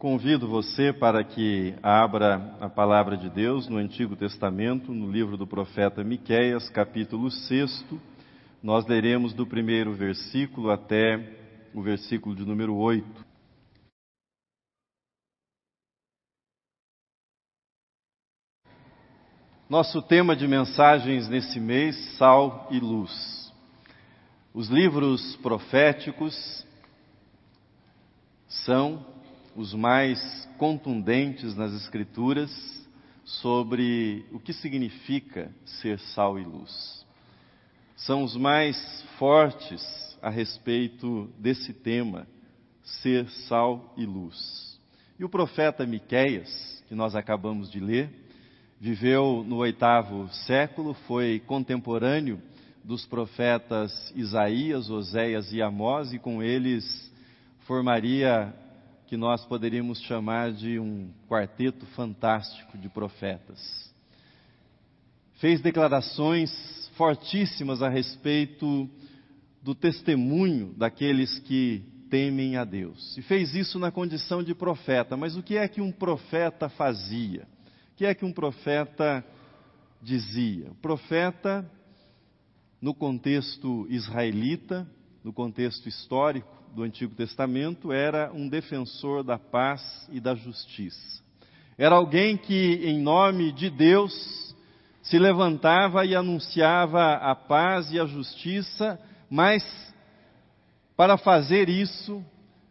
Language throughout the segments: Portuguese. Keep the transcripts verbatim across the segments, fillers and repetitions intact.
Convido você para que abra a palavra de Deus no Antigo Testamento, no livro do profeta Miqueias, capítulo seis. Nós leremos do primeiro versículo até o versículo de número oito. Nosso tema de mensagens nesse mês, Sal e Luz. Os livros proféticos são os mais contundentes nas Escrituras sobre o que significa ser sal e luz. São os mais fortes a respeito desse tema, ser sal e luz. E o profeta Miqueias, que nós acabamos de ler, viveu no oitavo século, foi contemporâneo dos profetas Isaías, Oséias e Amós, e com eles formaria que nós poderíamos chamar de um quarteto fantástico de profetas. Fez declarações fortíssimas a respeito do testemunho daqueles que temem a Deus. E fez isso na condição de profeta. Mas o que é que um profeta fazia? O que é que um profeta dizia? O profeta, no contexto israelita, no contexto histórico do Antigo Testamento, era um defensor da paz e da justiça. Era alguém que, em nome de Deus, se levantava e anunciava a paz e a justiça, mas, para fazer isso,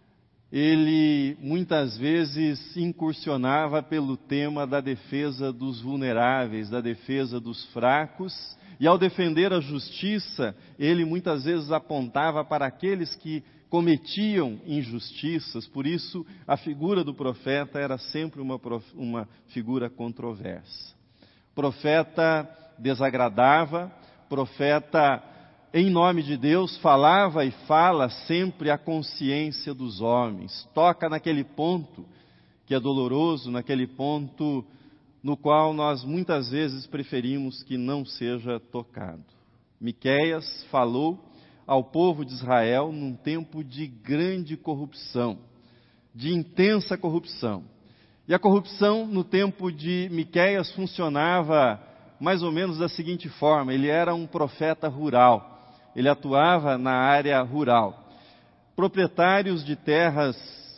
ele muitas vezes incursionava pelo tema da defesa dos vulneráveis, da defesa dos fracos, e ao defender a justiça, ele muitas vezes apontava para aqueles que cometiam injustiças. Por isso, a figura do profeta era sempre uma, uma figura controversa. Profeta desagradava, profeta, em nome de Deus, falava e fala sempre a consciência dos homens. Toca naquele ponto que é doloroso, naquele ponto no qual nós muitas vezes preferimos que não seja tocado. Miqueias falou ao povo de Israel num tempo de grande corrupção, de intensa corrupção. E a corrupção no tempo de Miqueias funcionava mais ou menos da seguinte forma: ele era um profeta rural, ele atuava na área rural. Proprietários de terras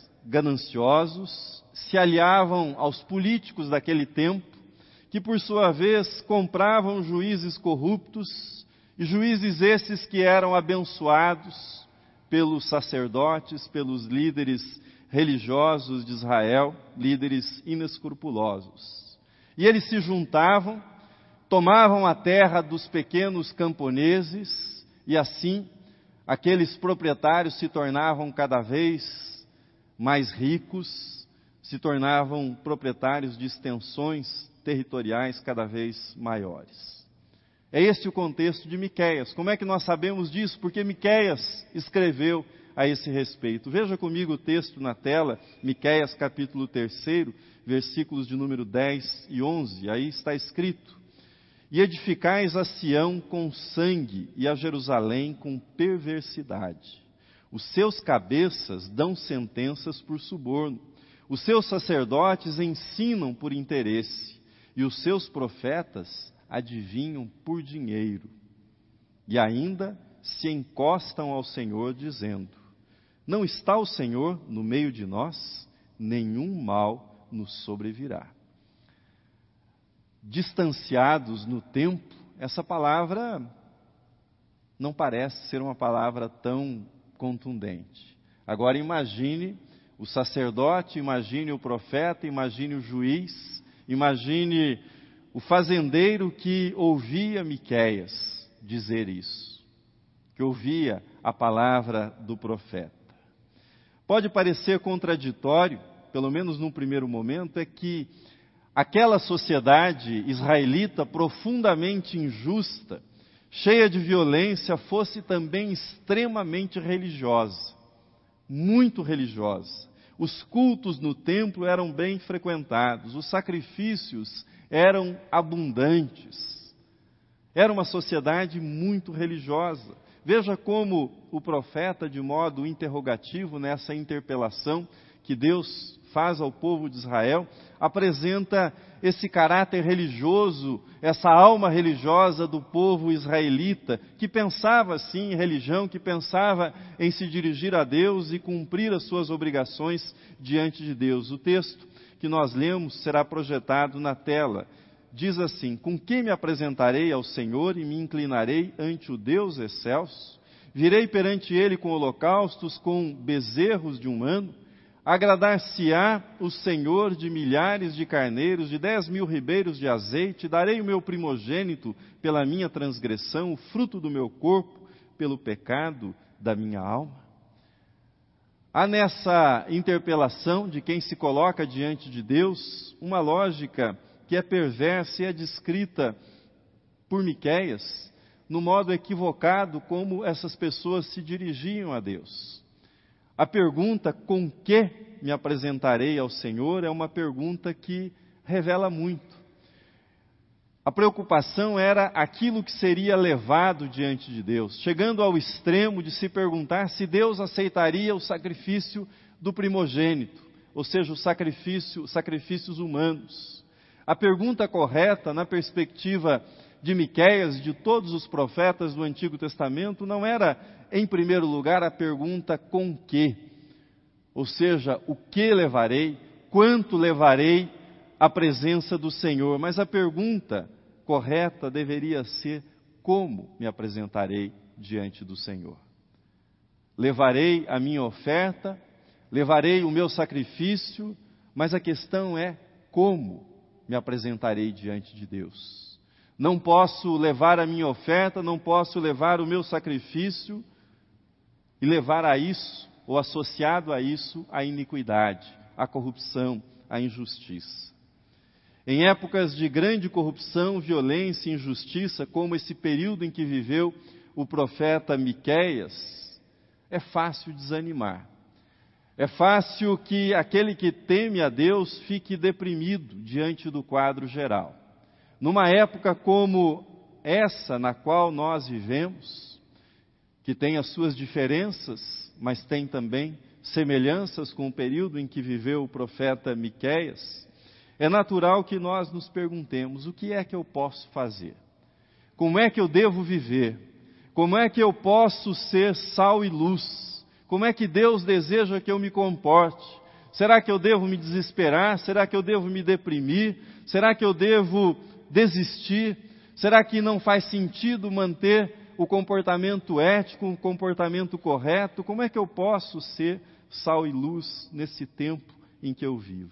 gananciosos se aliavam aos políticos daquele tempo, que por sua vez compravam juízes corruptos, e juízes esses que eram abençoados pelos sacerdotes, pelos líderes religiosos de Israel, líderes inescrupulosos. E eles se juntavam, tomavam a terra dos pequenos camponeses, e assim aqueles proprietários se tornavam cada vez mais ricos, se tornavam proprietários de extensões territoriais cada vez maiores. É esse o contexto de Miqueias. Como é que nós sabemos disso? Porque Miqueias escreveu a esse respeito. Veja comigo o texto na tela, Miqueias capítulo três, versículos de número dez e onze. Aí está escrito: E edificais a Sião com sangue, e a Jerusalém com perversidade. Os seus cabeças dão sentenças por suborno. Os seus sacerdotes ensinam por interesse, e os seus profetas adivinham por dinheiro. E ainda se encostam ao Senhor, dizendo: Não está o Senhor no meio de nós? Nenhum mal nos sobrevirá. Distanciados no tempo, essa palavra não parece ser uma palavra tão contundente. Agora imagine o sacerdote, imagine o profeta, imagine o juiz, imagine o fazendeiro que ouvia Miqueias dizer isso, que ouvia a palavra do profeta. Pode parecer contraditório, pelo menos num primeiro momento, é que aquela sociedade israelita profundamente injusta, cheia de violência, fosse também extremamente religiosa, muito religiosa. Os cultos no templo eram bem frequentados, os sacrifícios eram abundantes. Era uma sociedade muito religiosa. Veja como o profeta, de modo interrogativo, nessa interpelação que Deus faz ao povo de Israel, apresenta esse caráter religioso, essa alma religiosa do povo israelita, que pensava sim em religião, que pensava em se dirigir a Deus e cumprir as suas obrigações diante de Deus. O texto que nós lemos será projetado na tela. Diz assim: com que me apresentarei ao Senhor e me inclinarei ante o Deus excelso? Virei perante ele com holocaustos, com bezerros de um ano? Agradar-se-á o Senhor de milhares de carneiros, de dez mil ribeiros de azeite? Darei o meu primogênito pela minha transgressão, o fruto do meu corpo pelo pecado da minha alma? Há nessa interpelação de quem se coloca diante de Deus uma lógica que é perversa e é descrita por Miqueias no modo equivocado como essas pessoas se dirigiam a Deus. A pergunta com que me apresentarei ao Senhor é uma pergunta que revela muito. A preocupação era aquilo que seria levado diante de Deus, chegando ao extremo de se perguntar se Deus aceitaria o sacrifício do primogênito, ou seja, o sacrifício, sacrifícios humanos. A pergunta correta, na perspectiva de Miqueias, de todos os profetas do Antigo Testamento, não era, em primeiro lugar, a pergunta com que, ou seja, o que levarei, quanto levarei à presença do Senhor, mas a pergunta correta deveria ser: como me apresentarei diante do Senhor? Levarei a minha oferta, levarei o meu sacrifício, mas a questão é: como me apresentarei diante de Deus? Não posso levar a minha oferta, não posso levar o meu sacrifício e levar a isso, ou associado a isso, a iniquidade, a corrupção, a injustiça. Em épocas de grande corrupção, violência e injustiça, como esse período em que viveu o profeta Miqueias, é fácil desanimar. É fácil que aquele que teme a Deus fique deprimido diante do quadro geral. Numa época como essa na qual nós vivemos, que tem as suas diferenças, mas tem também semelhanças com o período em que viveu o profeta Miqueias, é natural que nós nos perguntemos: o que é que eu posso fazer? Como é que eu devo viver? Como é que eu posso ser sal e luz? Como é que Deus deseja que eu me comporte? Será que eu devo me desesperar? Será que eu devo me deprimir? Será que eu devo desistir? Será que não faz sentido manter o comportamento ético, o comportamento correto? Como é que eu posso ser sal e luz nesse tempo em que eu vivo?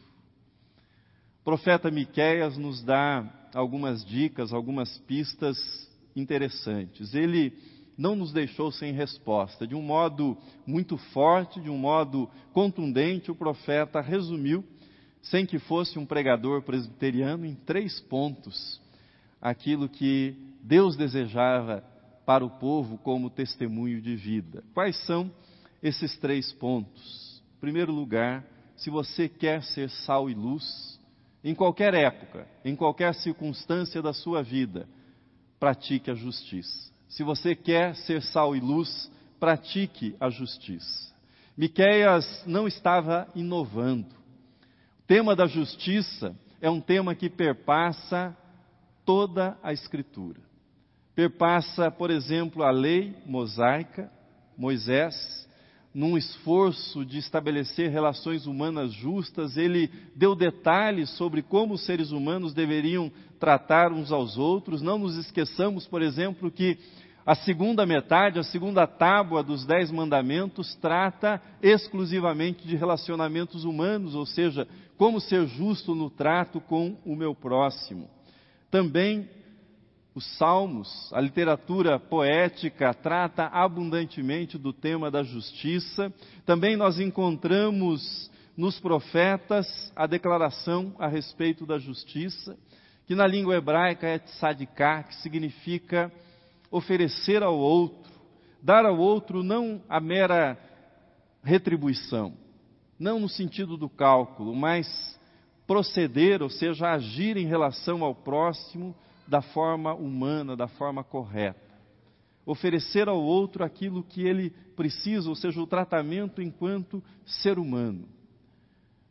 O profeta Miqueias nos dá algumas dicas, algumas pistas interessantes. Ele não nos deixou sem resposta. De um modo muito forte, de um modo contundente, o profeta resumiu, sem que fosse um pregador presbiteriano, em três pontos, aquilo que Deus desejava para o povo como testemunho de vida. Quais são esses três pontos? Em primeiro lugar, se você quer ser sal e luz, em qualquer época, em qualquer circunstância da sua vida, pratique a justiça. Se você quer ser sal e luz, pratique a justiça. Miqueias não estava inovando. O tema da justiça é um tema que perpassa toda a Escritura. Perpassa, por exemplo, a lei mosaica. Moisés, num esforço de estabelecer relações humanas justas, ele deu detalhes sobre como os seres humanos deveriam tratar uns aos outros. Não nos esqueçamos, por exemplo, que a segunda metade, a segunda tábua dos Dez Mandamentos trata exclusivamente de relacionamentos humanos, ou seja, como ser justo no trato com o meu próximo. Também os Salmos, a literatura poética trata abundantemente do tema da justiça. Também nós encontramos nos profetas a declaração a respeito da justiça, que na língua hebraica é tzadiká, que significa oferecer ao outro, dar ao outro não a mera retribuição, não no sentido do cálculo, mas proceder, ou seja, agir em relação ao próximo da forma humana, da forma correta. Oferecer ao outro aquilo que ele precisa, ou seja, o tratamento enquanto ser humano.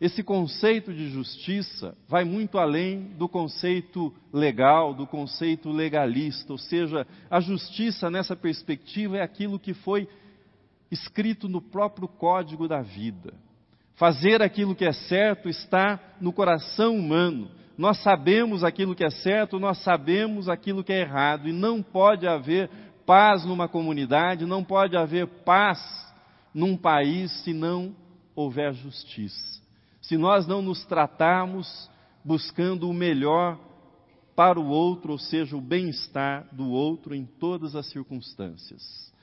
Esse conceito de justiça vai muito além do conceito legal, do conceito legalista, ou seja, a justiça nessa perspectiva é aquilo que foi escrito no próprio código da vida. Fazer aquilo que é certo está no coração humano. Nós sabemos aquilo que é certo, nós sabemos aquilo que é errado, e não pode haver paz numa comunidade, não pode haver paz num país se não houver justiça. Se nós não nos tratarmos buscando o melhor para o outro, ou seja, o bem-estar do outro em todas as circunstâncias.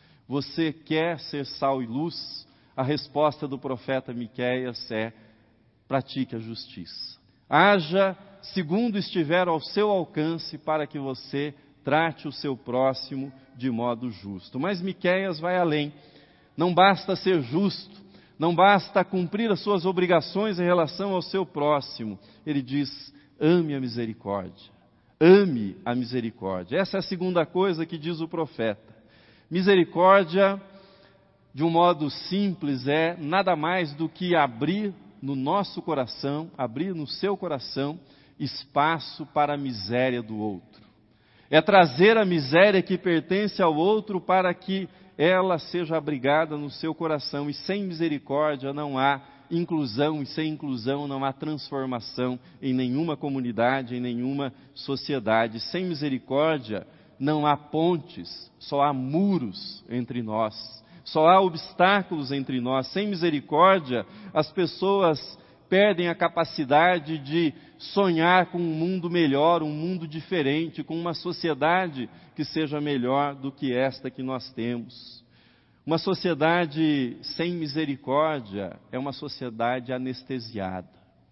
Você quer ser sal e luz? A resposta do profeta Miqueias é: pratique a justiça. Haja segundo estiver ao seu alcance para que você trate o seu próximo de modo justo. Mas Miqueias vai além. Não basta ser justo. Não basta cumprir as suas obrigações em relação ao seu próximo. Ele diz: ame a misericórdia. Ame a misericórdia. Essa é a segunda coisa que diz o profeta. Misericórdia, de um modo simples, é nada mais do que abrir no nosso coração, abrir no seu coração, espaço para a miséria do outro. É trazer a miséria que pertence ao outro para que ela seja abrigada no seu coração. E sem misericórdia não há inclusão, e sem inclusão não há transformação em nenhuma comunidade, em nenhuma sociedade. Sem misericórdia não há pontes, só há muros entre nós, só há obstáculos entre nós. Sem misericórdia, as pessoas perdem a capacidade de sonhar com um mundo melhor, um mundo diferente, com uma sociedade que seja melhor do que esta que nós temos. Uma sociedade sem misericórdia é uma sociedade anestesiada.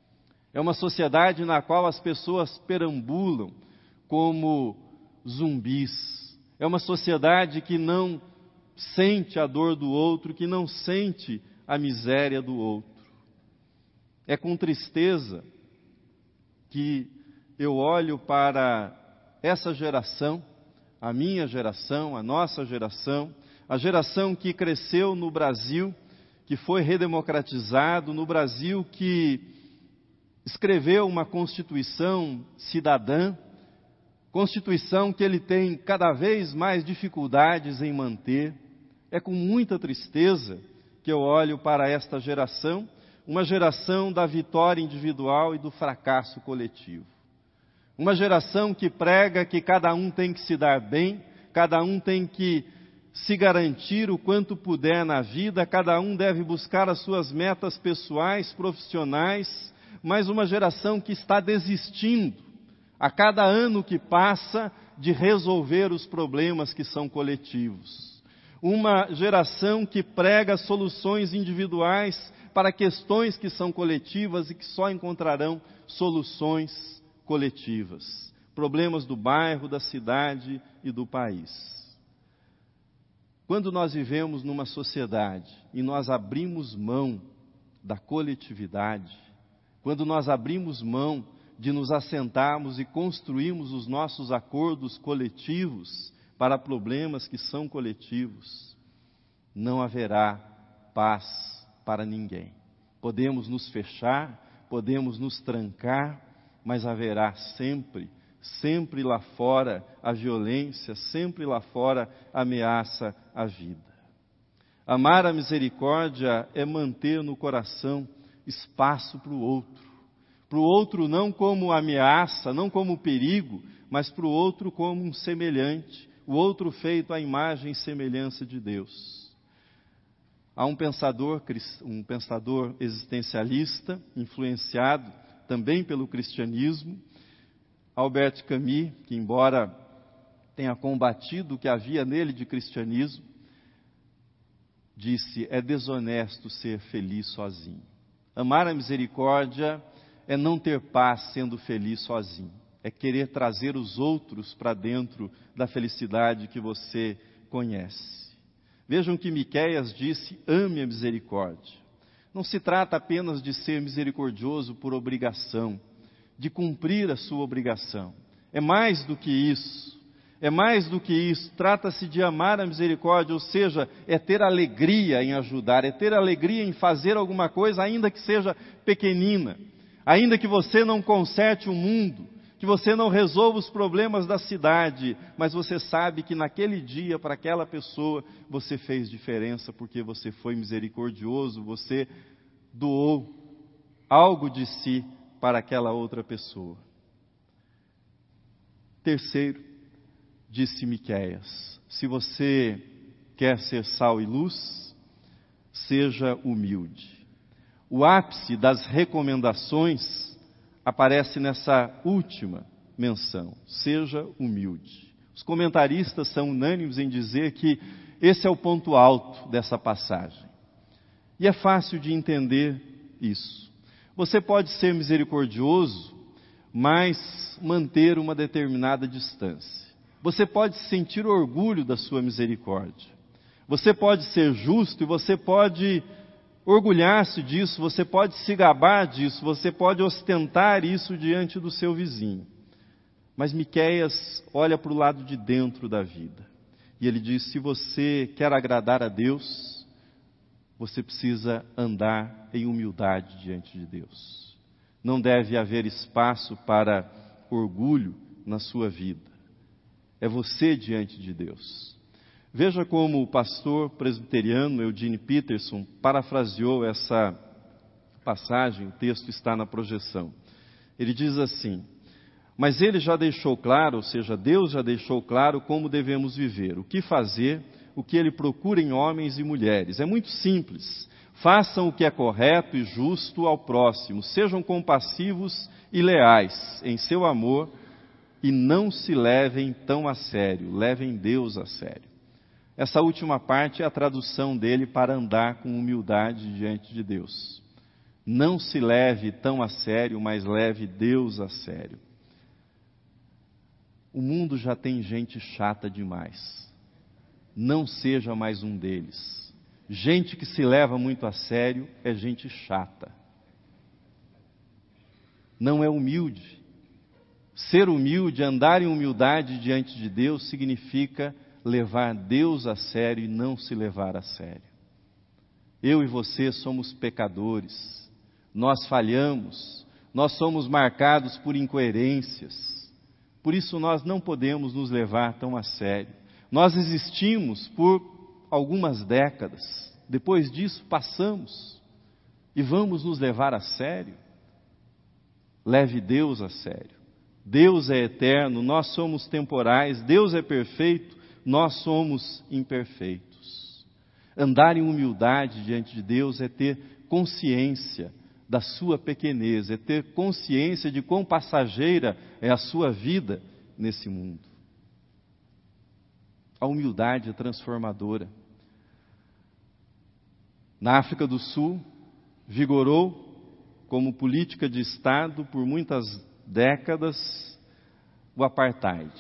É uma sociedade na qual as pessoas perambulam como zumbis. É uma sociedade que não sente a dor do outro, que não sente a miséria do outro. É com tristeza que eu olho para essa geração, a minha geração, a nossa geração, a geração que cresceu no Brasil, que foi redemocratizado, no Brasil que escreveu uma Constituição cidadã, Constituição que ele tem cada vez mais dificuldades em manter. É com muita tristeza que eu olho para esta geração, uma geração da vitória individual e do fracasso coletivo. Uma geração que prega que cada um tem que se dar bem, cada um tem que se garantir o quanto puder na vida, cada um deve buscar as suas metas pessoais, profissionais, mas uma geração que está desistindo, a cada ano que passa, de resolver os problemas que são coletivos. Uma geração que prega soluções individuais para questões que são coletivas e que só encontrarão soluções coletivas. Problemas do bairro, da cidade e do país. Quando nós vivemos numa sociedade e nós abrimos mão da coletividade, quando nós abrimos mão de nos assentarmos e construirmos os nossos acordos coletivos para problemas que são coletivos, não haverá paz para ninguém. Podemos nos fechar, podemos nos trancar, mas haverá sempre, sempre lá fora a violência, sempre lá fora a ameaça à vida. Amar a misericórdia é manter no coração espaço para o outro. Para o outro não como ameaça, não como perigo, mas para o outro como um semelhante, o outro feito à imagem e semelhança de Deus. Há um pensador, um pensador existencialista, influenciado também pelo cristianismo, Albert Camus, que embora tenha combatido o que havia nele de cristianismo, disse: é desonesto ser feliz sozinho. Amar a misericórdia é não ter paz sendo feliz sozinho. É querer trazer os outros para dentro da felicidade que você conhece. Vejam que Miqueias disse: ame a misericórdia. Não se trata apenas de ser misericordioso por obrigação, de cumprir a sua obrigação. É mais do que isso. É mais do que isso, trata-se de amar a misericórdia, ou seja, é ter alegria em ajudar, é ter alegria em fazer alguma coisa, ainda que seja pequenina, ainda que você não conserte o mundo, que você não resolva os problemas da cidade, mas você sabe que naquele dia, para aquela pessoa, você fez diferença, porque você foi misericordioso, você doou algo de si para aquela outra pessoa. Terceiro, disse Miqueias, se você quer ser sal e luz, seja humilde. O ápice das recomendações aparece nessa última menção, seja humilde. Os comentaristas são unânimes em dizer que esse é o ponto alto dessa passagem. E é fácil de entender isso. Você pode ser misericordioso, mas manter uma determinada distância. Você pode sentir orgulho da sua misericórdia. Você pode ser justo e você pode orgulhar-se disso, você pode se gabar disso, você pode ostentar isso diante do seu vizinho. Mas Miqueias olha para o lado de dentro da vida. E ele diz, se você quer agradar a Deus, você precisa andar em humildade diante de Deus. Não deve haver espaço para orgulho na sua vida. É você diante de Deus. Veja como o pastor presbiteriano Eugene Peterson parafraseou essa passagem, o texto está na projeção. Ele diz assim, mas ele já deixou claro, ou seja, Deus já deixou claro como devemos viver, o que fazer, o que ele procura em homens e mulheres. É muito simples. Façam o que é correto e justo ao próximo, sejam compassivos e leais em seu amor e não se levem tão a sério, levem Deus a sério. Essa última parte é a tradução dele para andar com humildade diante de Deus. Não se leve tão a sério, mas leve Deus a sério. O mundo já tem gente chata demais. Não seja mais um deles. Gente que se leva muito a sério é gente chata. Não é humilde. Ser humilde, andar em humildade diante de Deus, significa levar Deus a sério e não se levar a sério. Eu e você somos pecadores, nós falhamos, nós somos marcados por incoerências, por isso nós não podemos nos levar tão a sério. Nós existimos por algumas décadas, depois disso passamos e vamos nos levar a sério? Leve Deus a sério. Deus é eterno, nós somos temporais, Deus é perfeito, nós somos imperfeitos. Andar em humildade diante de Deus é ter consciência da sua pequenez, é ter consciência de quão passageira é a sua vida nesse mundo. A humildade é transformadora. Na África do Sul, vigorou como política de Estado por muitas décadas o apartheid.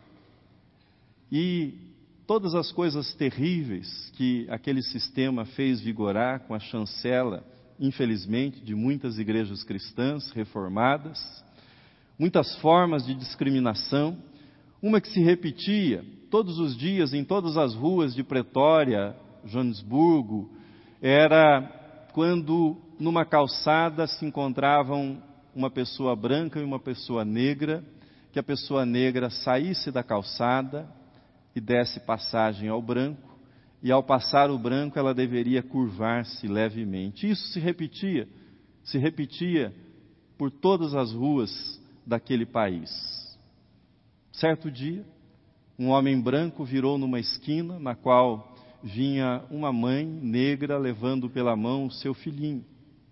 E todas as coisas terríveis que aquele sistema fez vigorar com a chancela, infelizmente, de muitas igrejas cristãs reformadas, muitas formas de discriminação, uma que se repetia todos os dias em todas as ruas de Pretória, Joanesburgo, era quando numa calçada se encontravam uma pessoa branca e uma pessoa negra, que a pessoa negra saísse da calçada e desse passagem ao branco, e ao passar o branco ela deveria curvar-se levemente. Isso se repetia, se repetia por todas as ruas daquele país. Certo dia, um homem branco virou numa esquina na qual vinha uma mãe negra levando pela mão o seu filhinho.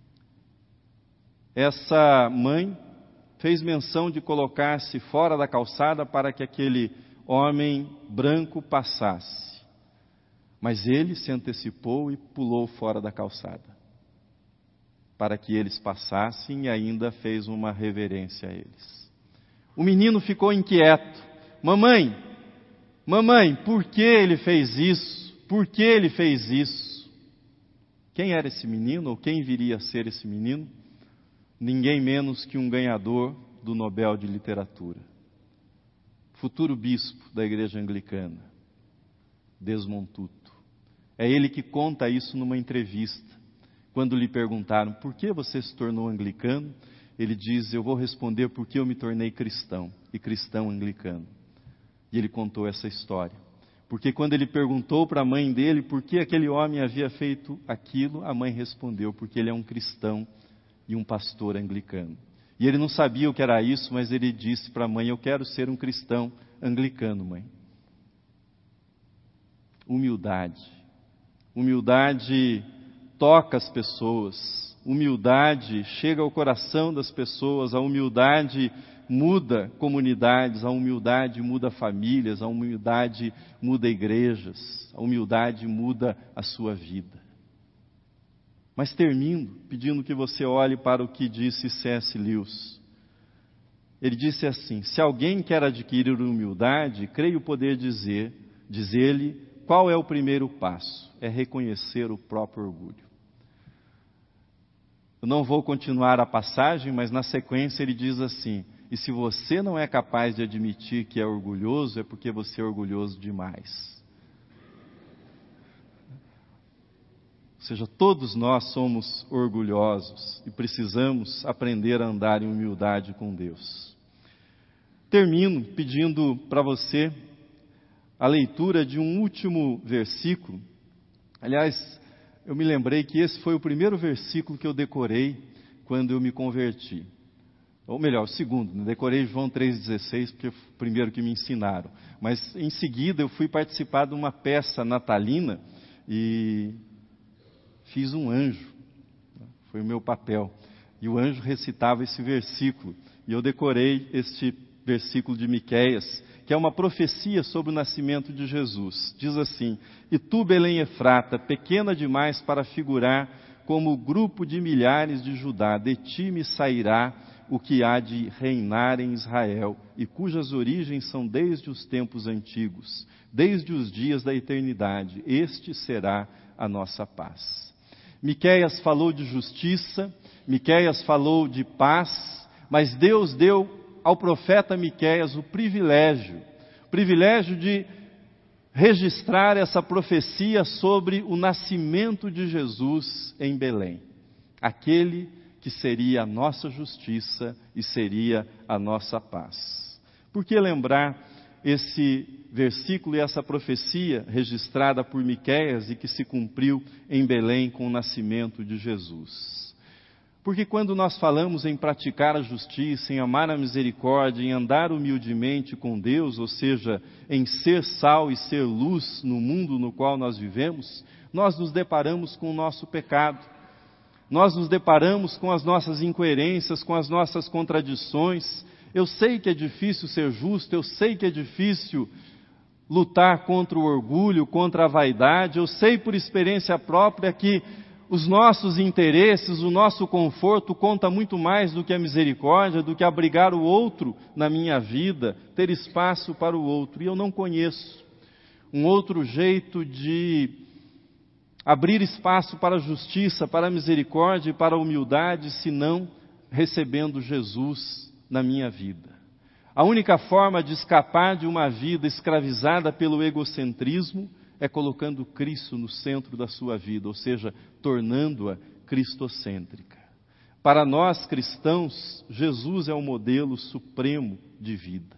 Essa mãe fez menção de colocar-se fora da calçada para que aquele homem branco passasse. Mas ele se antecipou e pulou fora da calçada, para que eles passassem, e ainda fez uma reverência a eles. O menino ficou inquieto. Mamãe, mamãe, por que ele fez isso? Por que ele fez isso? Quem era esse menino, ou quem viria a ser esse menino? Ninguém menos que um ganhador do Nobel de Literatura. futuro bispo da igreja anglicana, Desmond Tutu. É ele que conta isso numa entrevista. Quando lhe perguntaram, por que você se tornou anglicano? Ele diz, eu vou responder porque eu me tornei cristão, e cristão anglicano. E ele contou essa história. Porque quando ele perguntou para a mãe dele por que aquele homem havia feito aquilo, a mãe respondeu, porque ele é um cristão e um pastor anglicano. E ele não sabia o que era isso, mas ele disse para a mãe, eu quero ser um cristão anglicano, mãe. Humildade. Humildade toca as pessoas. Humildade chega ao coração das pessoas. A humildade muda comunidades, a humildade muda famílias, a humildade muda igrejas, a humildade muda a sua vida. Mas termino pedindo que você olhe para o que disse C S Lewis. Ele disse assim, se alguém quer adquirir humildade, creio poder dizer, dizer-lhe, qual é o primeiro passo? É reconhecer o próprio orgulho. Eu não vou continuar a passagem, mas na sequência ele diz assim, e se você não é capaz de admitir que é orgulhoso, é porque você é orgulhoso demais. Ou seja, todos nós somos orgulhosos e precisamos aprender a andar em humildade com Deus. Termino pedindo para você a leitura de um último versículo. Aliás, eu me lembrei que esse foi o primeiro versículo que eu decorei quando eu me converti. Ou melhor, o segundo, né? Decorei João três dezesseis, porque foi o primeiro que me ensinaram. Mas em seguida eu fui participar de uma peça natalina e fiz um anjo. Foi o meu papel. E o anjo recitava esse versículo. E eu decorei este versículo de Miqueias, que é uma profecia sobre o nascimento de Jesus. Diz assim, e tu, Belém Efrata, pequena demais para figurar como o grupo de milhares de Judá, de ti me sairá o que há de reinar em Israel, e cujas origens são desde os tempos antigos, desde os dias da eternidade. Este será a nossa paz. Miqueias falou de justiça, Miqueias falou de paz, mas Deus deu ao profeta Miqueias o privilégio, o privilégio de registrar essa profecia sobre o nascimento de Jesus em Belém. Aquele que seria a nossa justiça e seria a nossa paz. Por que lembrar esse versículo e essa profecia registrada por Miqueias e que se cumpriu em Belém com o nascimento de Jesus? Porque quando nós falamos em praticar a justiça, em amar a misericórdia, em andar humildemente com Deus, ou seja, em ser sal e ser luz no mundo no qual nós vivemos, nós nos deparamos com o nosso pecado. Nós nos deparamos com as nossas incoerências, com as nossas contradições. Eu sei que é difícil ser justo, eu sei que é difícil lutar contra o orgulho, contra a vaidade. Eu sei por experiência própria que os nossos interesses, o nosso conforto conta muito mais do que a misericórdia, do que abrigar o outro na minha vida, ter espaço para o outro. E eu não conheço um outro jeito de abrir espaço para a justiça, para a misericórdia e para a humildade, senão recebendo Jesus na minha vida. A única forma de escapar de uma vida escravizada pelo egocentrismo é colocando Cristo no centro da sua vida, ou seja, tornando-a cristocêntrica. Para nós cristãos, Jesus é o modelo supremo de vida.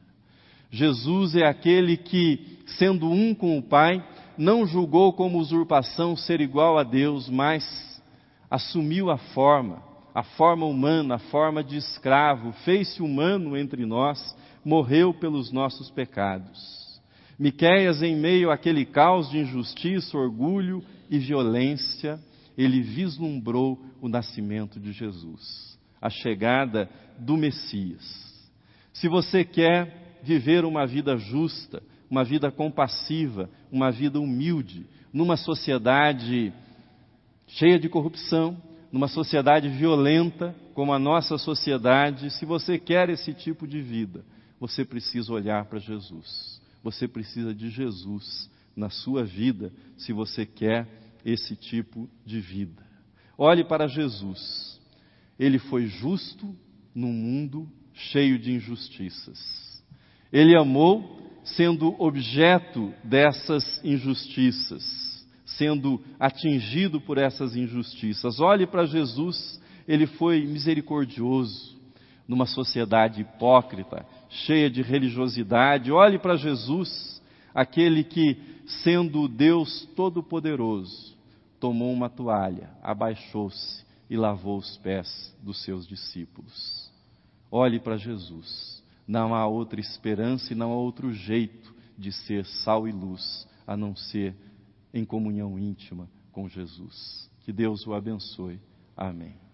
Jesus é aquele que, sendo um com o Pai, não julgou como usurpação ser igual a Deus, mas assumiu a forma, a forma humana, a forma de escravo, fez-se humano entre nós, morreu pelos nossos pecados. Miqueias, em meio àquele caos de injustiça, orgulho e violência, ele vislumbrou o nascimento de Jesus, a chegada do Messias. Se você quer viver uma vida justa, uma vida compassiva, uma vida humilde, numa sociedade cheia de corrupção, numa sociedade violenta como a nossa sociedade, se você quer esse tipo de vida, você precisa olhar para Jesus. Você precisa de Jesus na sua vida, se você quer esse tipo de vida. Olhe para Jesus. Ele foi justo num mundo cheio de injustiças. Ele amou sendo objeto dessas injustiças, sendo atingido por essas injustiças. Olhe para Jesus, ele foi misericordioso numa sociedade hipócrita, cheia de religiosidade. Olhe para Jesus, aquele que, sendo Deus Todo-Poderoso, tomou uma toalha, abaixou-se e lavou os pés dos seus discípulos. Olhe para Jesus. Não há outra esperança e não há outro jeito de ser sal e luz, a não ser em comunhão íntima com Jesus. Que Deus o abençoe. Amém.